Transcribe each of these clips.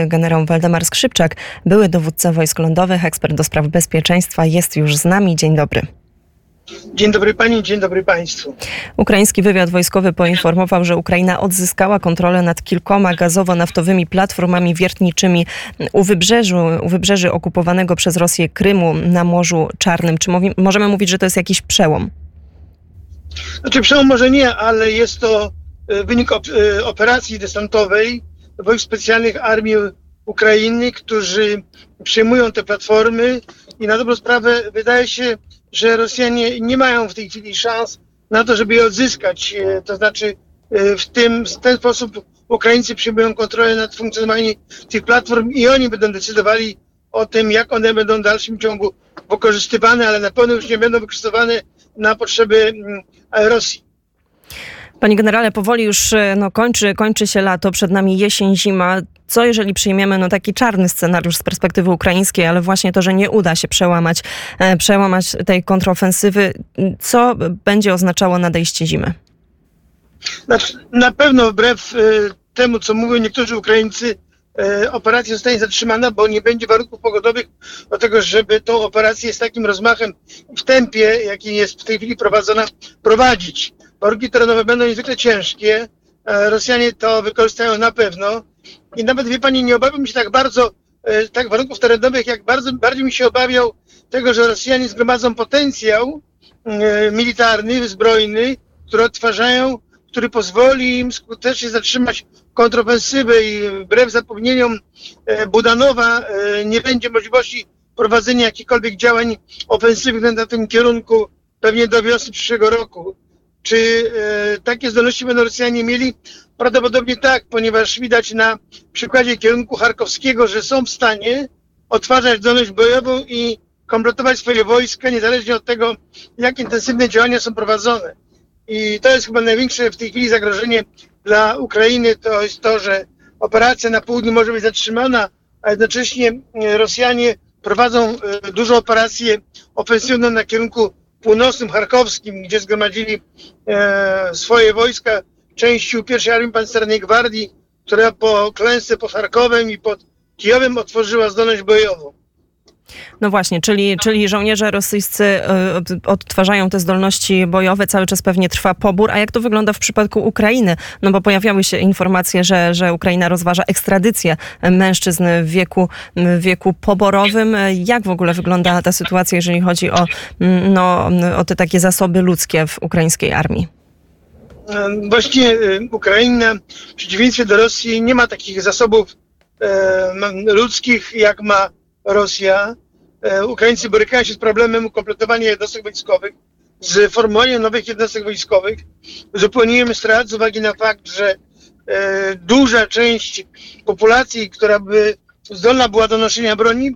Generał Waldemar Skrzypczak, były dowódca wojsk lądowych, ekspert do spraw bezpieczeństwa, jest już z nami. Dzień dobry. Dzień dobry pani, dzień dobry państwu. Ukraiński wywiad wojskowy poinformował, że Ukraina odzyskała kontrolę nad kilkoma gazowo-naftowymi platformami wiertniczymi u wybrzeży okupowanego przez Rosję Krymu na Morzu Czarnym. Czy możemy mówić, że to jest jakiś przełom? Znaczy przełom może nie, ale jest to wynik operacji desantowej wojsk specjalnych armii Ukrainy, którzy przejmują te platformy i na dobrą sprawę wydaje się, że Rosjanie nie mają w tej chwili szans na to, żeby je odzyskać. To znaczy w ten sposób Ukraińcy przyjmują kontrolę nad funkcjonowaniem tych platform i oni będą decydowali o tym, jak one będą w dalszym ciągu wykorzystywane, ale na pewno już nie będą wykorzystywane na potrzeby Rosji. Panie generale, powoli już kończy się lato, przed nami jesień, zima. Co jeżeli przyjmiemy taki czarny scenariusz z perspektywy ukraińskiej, ale właśnie to, że nie uda się przełamać tej kontrofensywy, co będzie oznaczało nadejście zimy? Znaczy, na pewno wbrew temu, co mówią niektórzy Ukraińcy, operacja zostanie zatrzymana, bo nie będzie warunków pogodowych do tego, żeby tą operację z takim rozmachem w tempie, jaki jest w tej chwili prowadzona, prowadzić. Warunki terenowe będą niezwykle ciężkie. Rosjanie to wykorzystają na pewno. I nawet, wie pani, nie obawiam się tak bardzo warunków terenowych, jak bardziej mi się obawiał tego, że Rosjanie zgromadzą potencjał militarny, zbrojny, który pozwoli im skutecznie zatrzymać kontrofensywę i wbrew zapewnieniom Budanowa nie będzie możliwości prowadzenia jakichkolwiek działań ofensywnych na tym kierunku pewnie do wiosny przyszłego roku. Czy takie zdolności będą Rosjanie mieli? Prawdopodobnie tak, ponieważ widać na przykładzie kierunku charkowskiego, że są w stanie odtwarzać zdolność bojową i kompletować swoje wojska, niezależnie od tego, jak intensywne działania są prowadzone. I to jest chyba największe w tej chwili zagrożenie dla Ukrainy, to jest to, że operacja na południu może być zatrzymana, a jednocześnie Rosjanie prowadzą dużą operację ofensywną na kierunku północnym, charkowskim, gdzie zgromadzili swoje wojska, część sił I Armii Pancernej Gwardii, która po klęsce pod Charkowem i pod Kijowem otworzyła zdolność bojową. No właśnie, czyli żołnierze rosyjscy odtwarzają te zdolności bojowe, cały czas pewnie trwa pobór. A jak to wygląda w przypadku Ukrainy? No bo pojawiały się informacje, że Ukraina rozważa ekstradycję mężczyzn w wieku poborowym. Jak w ogóle wygląda ta sytuacja, jeżeli chodzi o te takie zasoby ludzkie w ukraińskiej armii? Właśnie Ukraina w przeciwieństwie do Rosji nie ma takich zasobów ludzkich, jak ma Rosja. Ukraińcy borykają się z problemem ukompletowania jednostek wojskowych, z formowaniem nowych jednostek wojskowych, z upełnieniem strat z uwagi na fakt, że duża część populacji, która by zdolna była do noszenia broni,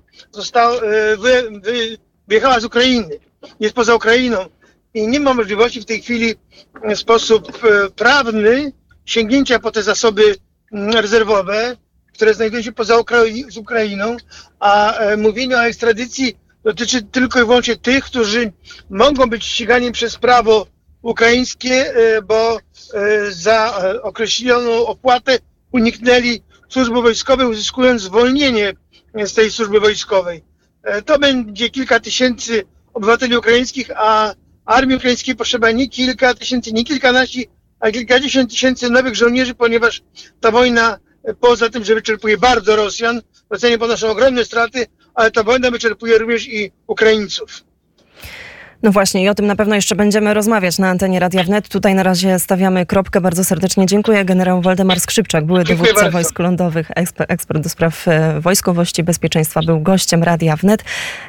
wyjechała z Ukrainy, jest poza Ukrainą i nie ma możliwości w tej chwili w sposób prawny sięgnięcia po te zasoby rezerwowe, które znajdują się poza Ukrainą, a mówienie o ekstradycji dotyczy tylko i wyłącznie tych, którzy mogą być ścigani przez prawo ukraińskie, bo za określoną opłatę uniknęli służby wojskowej, uzyskując zwolnienie z tej służby wojskowej. To będzie kilka tysięcy obywateli ukraińskich, a armii ukraińskiej potrzeba nie kilka tysięcy, nie kilkanaście, a kilkadziesiąt tysięcy nowych żołnierzy, ponieważ ta wojna poza tym, że wyczerpuje bardzo Rosjanie ponoszą ogromne straty, ale ta wojna wyczerpuje również i Ukraińców. No właśnie i o tym na pewno jeszcze będziemy rozmawiać na antenie Radia Wnet. Tutaj na razie stawiamy kropkę. Bardzo serdecznie dziękuję. Generał Waldemar Skrzypczak, były dowódca wojsk lądowych, ekspert do spraw wojskowości, bezpieczeństwa, był gościem Radia Wnet.